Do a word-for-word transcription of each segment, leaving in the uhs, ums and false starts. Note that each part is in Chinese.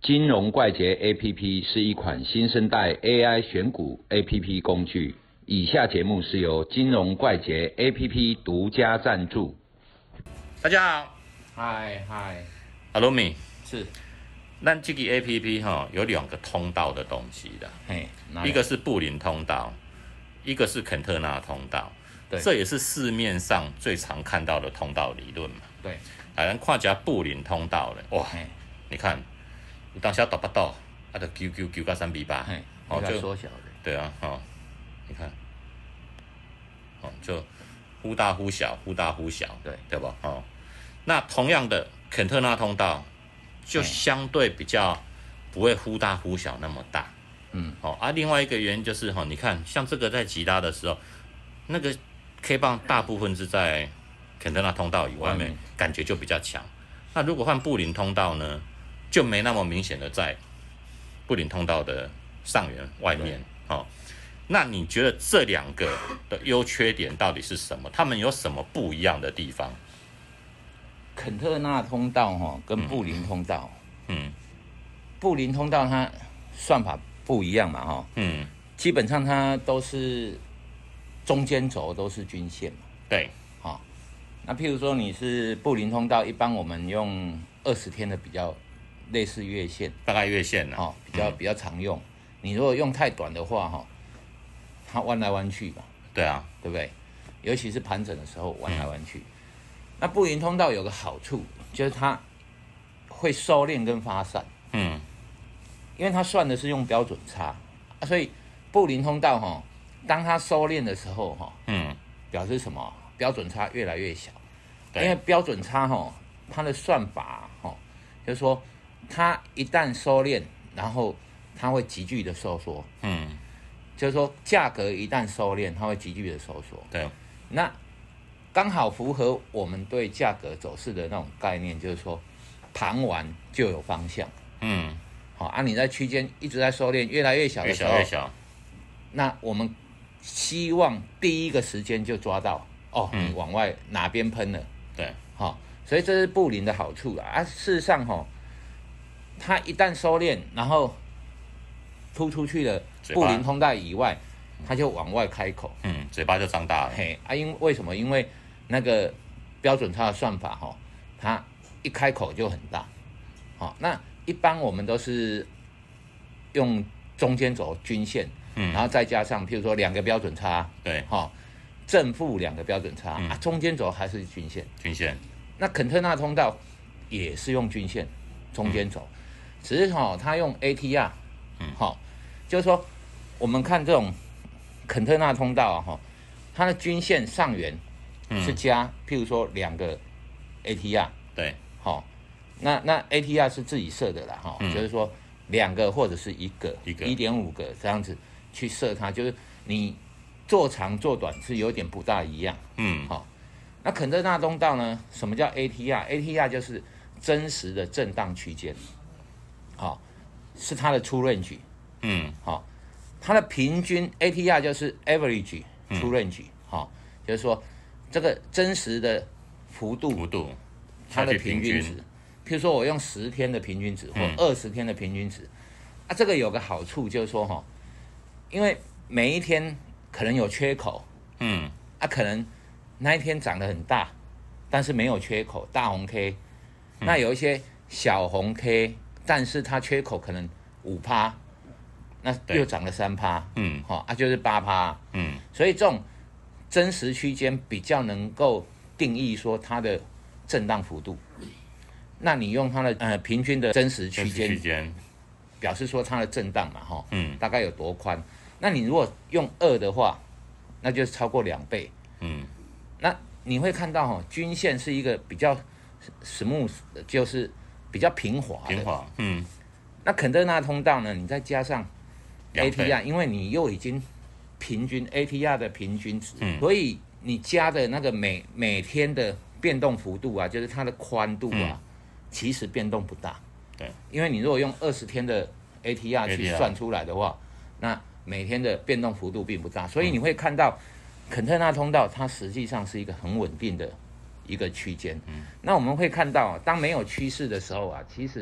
金融怪杰 A P P 是一款新生代 A I 选股 A P P 工具。以下节目是由金融怪杰 A P P 独家赞助。 大家好， 嗨嗨， 阿罗米是， 咱这个 A P P 哈有两个通道的东西的， 嘿， 一个是布林通道，一个是肯特纳通道。 对， 这也是市面上最常看到的通道理论嘛。 对， 啊，咱看一下布林通道咧，哇，你看，有当时大巴豆，啊，就九九九到三比八， 哦，就缩小的， 对啊，哦，你看，哦，就忽大忽小，忽大忽小， 对， 对吧？哦，那同样的肯特纳通道，就相对比较不会忽大忽小那么大， 嗯， 哦，啊，另外一个原因就是哈、哦，你看，像这个在急拉的时候，那个 K 棒大部分是在肯特纳通道以外面，嗯、感觉就比较强。那如果换布林通道呢，就没那么明显的在布林通道的上缘外面哦。那你觉得这两个的优缺点到底是什么？他们有什么不一样的地方？ 肯特纳通道哈跟布林通道， 嗯， 布林通道它算法不一样嘛哈， 嗯， 基本上它都是中间轴都是均线嘛， 对， 好，那譬如说你是布林通道，一般我们用二十天的比较类似月线， 大概月线呢， 哦，比较、嗯、比较常用。你如果用太短的话哈，它弯来弯去嘛， 对啊， 对不对？尤其是盘整的时候弯来弯去。嗯、那布林通道有个好处，就是它会收敛跟发散， 嗯， 因为它算的是用标准差，所以布林通道哈。当它收敛的时候，哈，嗯，表示什么？标准差越来越小，因为标准差哈，它的算法哈，就是说它一旦收敛，然后它会急剧的收缩，嗯，就是说价格一旦收敛，它会急剧的收缩， 对， 那刚好符合我们对价格走势的那种概念，就是说盘完就有方向，嗯，好，啊，你在区间一直在收敛，越来越小的时候， 越小越小， 那我们希望第一个时间就抓到哦，嗯、你往外哪边喷了？ 对， 好、哦，所以这是布林的好处啦。啊，事实上哈、哦，它一旦收敛，然后突出去了布林通道以外，它就往外开口， 嗯，嘴巴就张大了。 嘿，啊，因为什么？因为那个标准差的算法哈、哦，它一开口就很大。好、哦，那一般我们都是用中间轴均线。嗯，然后再加上，譬如说两个标准差， 对， 哈、哦，正负两个标准差、嗯、啊，中间轴还是均线， 均线。 那肯特纳通道也是用均线，中间轴，嗯、只是哈、哦，它用 A T R， 嗯，好、哦，就是说我们看这种肯特纳通道啊，哈，它的均线上缘是加，嗯、譬如说两个 A T R， 对， 好、哦，那那 A T R 是自己设的啦，哈、哦，嗯、就是说两个或者是一个， 一个一点五个这样子。去设它，就是你做长做短是有点不大一样，嗯，好、哦，那肯特纳通道呢？什么叫 A T R？A T R 就是真实的震荡区间，好、哦，是它的出 range， 嗯，好、哦，它的平均 A T R 就是 average 出 range，好、哦，就是说这个真实的幅度， 幅度， 它的平均值，譬如说我用十天的平均值或二十天的平均值，嗯、啊，这个有个好处就是说哈。因为每一天可能有缺口，嗯，啊，可能那一天涨得很大，但是没有缺口，大红 K，、嗯、那有一些小红 K， 但是它缺口可能五趴，那又涨了三趴，嗯，好、哦、啊，就是八趴，嗯，所以这种真实区间比较能够定义说它的震荡幅度，那你用它的呃平均的真实区间。表示说它的震荡嘛，哈，嗯，大概有多宽？那你如果用二的话，那就是超过两倍，嗯，那你会看到哈，均线是一个比较 smooth， 就是比较平滑的， 平滑，嗯。 那肯特纳通道呢？你再加上 A T R， 因为你又已经平均 A T R 的平均值，嗯，所以你加的那个每每天的变动幅度啊，就是它的宽度啊，嗯、其实变动不大。 对， 因为你如果用二十天的 A T R 去算出来的话，那每天的变动幅度并不大，所以你会看到肯特纳通道它实际上是一个很稳定的一个区间。嗯，那我们会看到，当没有趋势的时候啊，其实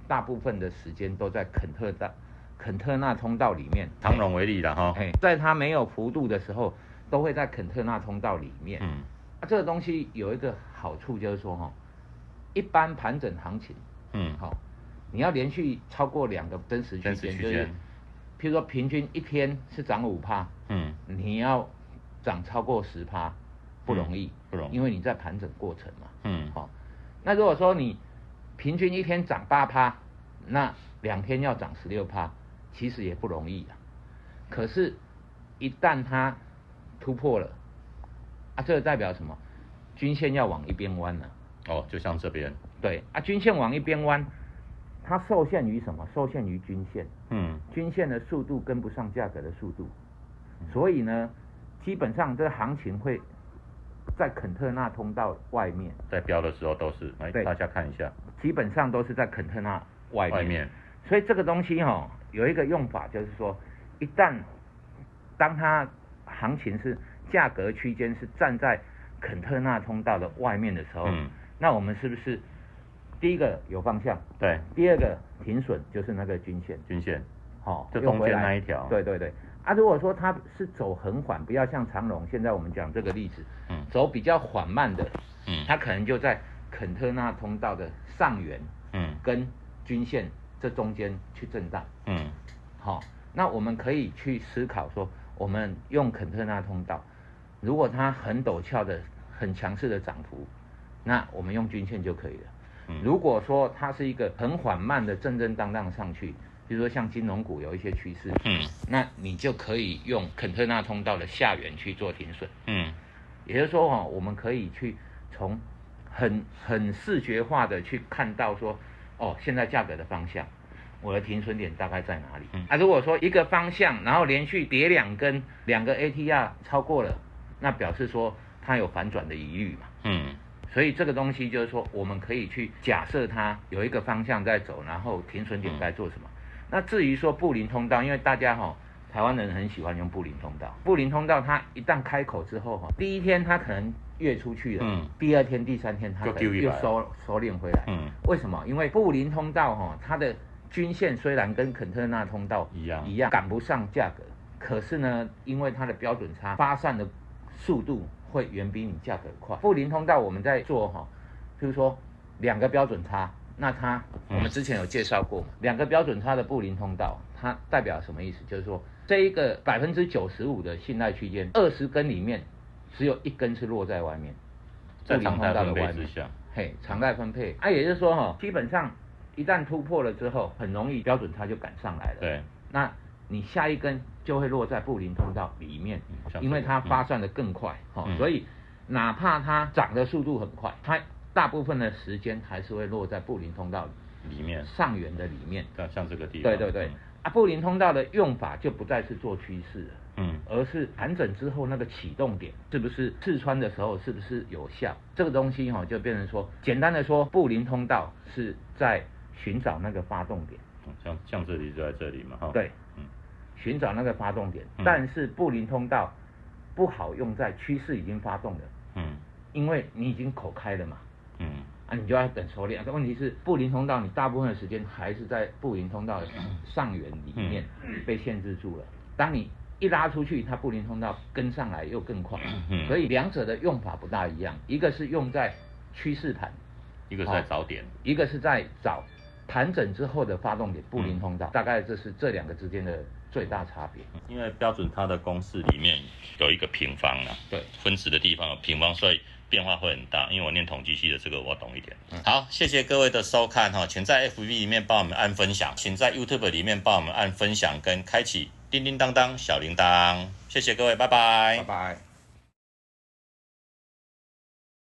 大部分的时间都在肯特大肯特纳通道里面。 长荣为例的哈， 在它没有幅度的时候，都会在肯特纳通道里面。嗯，啊，这个东西有一个好处就是说哈，一般盘整行情，嗯，好，你要连续超过两个真实区间，就是，譬如说平均一天是涨五趴，嗯，你要涨超过十趴不容易， 不容易， 因为你在盘整过程嘛，嗯，好，那如果说你平均一天涨八趴，那两天要涨十六趴，其实也不容易啊。可是，一旦它突破了，啊，这个代表什么？均线要往一边弯了。 哦，就像这边。 对啊，均线往一边弯，它受限于什么？受限于均线。嗯。均线的速度跟不上价格的速度，所以呢，基本上这个行情会在肯特纳通道外面。 在标的时候都是，来大家看一下。 基本上都是在肯特纳外面。 外面。 所以这个东西哦，有一个用法就是说，一旦当它行情是价格区间是站在肯特纳通道的外面的时候，嗯，那我们是不是第一个有方向？ 对。 第二个停损就是那个均线。 均线。 好、哦， 就中间那一条。 对对对。啊，如果说它是走很缓，不要像长荣，现在我们讲这个例子，嗯，走比较缓慢的，嗯，它可能就在肯特纳通道的上缘，嗯，跟均线这中间去震荡，嗯，好、哦，那我们可以去思考说，我们用肯特纳通道，如果它很陡峭的、很强势的涨幅，那我们用均线就可以了。嗯，如果说它是一个很缓慢的震震荡荡上去，比如说像金融股有一些趋势，嗯，那你就可以用肯特纳通道的下缘去做停损，嗯，也就是说哦，我们可以去从很很视觉化的去看到说，哦，现在价格的方向，我的停损点大概在哪里？嗯，啊，如果说一个方向，然后连续跌两根，两个 A T R 超过了，那表示说它有反转的疑虑嘛，嗯。所以这个东西就是说，我们可以去假设它有一个方向在走，然后停损点该做什么。那至于说布林通道，因为大家哈、哦，台湾人很喜欢用布林通道。布林通道它一旦开口之后哈，第一天它可能跃出去了，嗯，第二天、第三天它可能又收收敛回来，嗯，为什么？因为布林通道哈、哦，它的均线虽然跟肯特纳通道一样一样赶不上价格，可是呢，因为它的标准差发散的速度会远比你价格快。布林通道我们在做哈，譬如说两个标准差。那它，我们之前有介绍过嘛，两个标准差的布林通道，它代表什么意思？就是说，这一个百分之九十五的信赖区间，二十根里面，只有一根是落在外面， 在常态分配之下， 嘿，常态分配。啊，也就是说哈，基本上一旦突破了之后，很容易标准差就赶上来了。 对， 那你下一根就会落在布林通道里面，因为它发散的更快，哈、嗯，所以哪怕它涨的速度很快，它大部分的时间还是会落在布林通道里面上缘的里面， 像这个地方。 对对对，嗯、啊，布林通道的用法就不再是做趋势了，嗯，而是盘整之后那个启动点是不是刺穿的时候是不是有效？这个东西哈、哦、就变成说，简单的说，布林通道是在寻找那个发动点， 像像这里就在这里嘛，哈， 对，嗯，寻找那个发动点，嗯、但是布林通道不好用在趋势已经发动了，嗯，因为你已经口开了嘛。嗯，啊，你就要等收敛。这问题是布林通道，你大部分的时间还是在布林通道的上缘里面被限制住了。当你一拉出去，它布林通道跟上来又更快，所以两者的用法不大一样。一个是用在趋势盘， 一个是在找点， 一个是在找盘整之后的发动点布林通道。大概这是这两个之间的最大差别。 因为标准它的公式里面有一个平方啊， 对， 分子的地方有平方，所以变化会很大，因为我念统计系的，这个我懂一点。嗯、好，谢谢各位的收看哈，请在 F B 里面帮我们按分享，请在 YouTube 里面帮我们按分享跟开启叮叮当当小铃铛，谢谢各位，拜拜， 拜拜。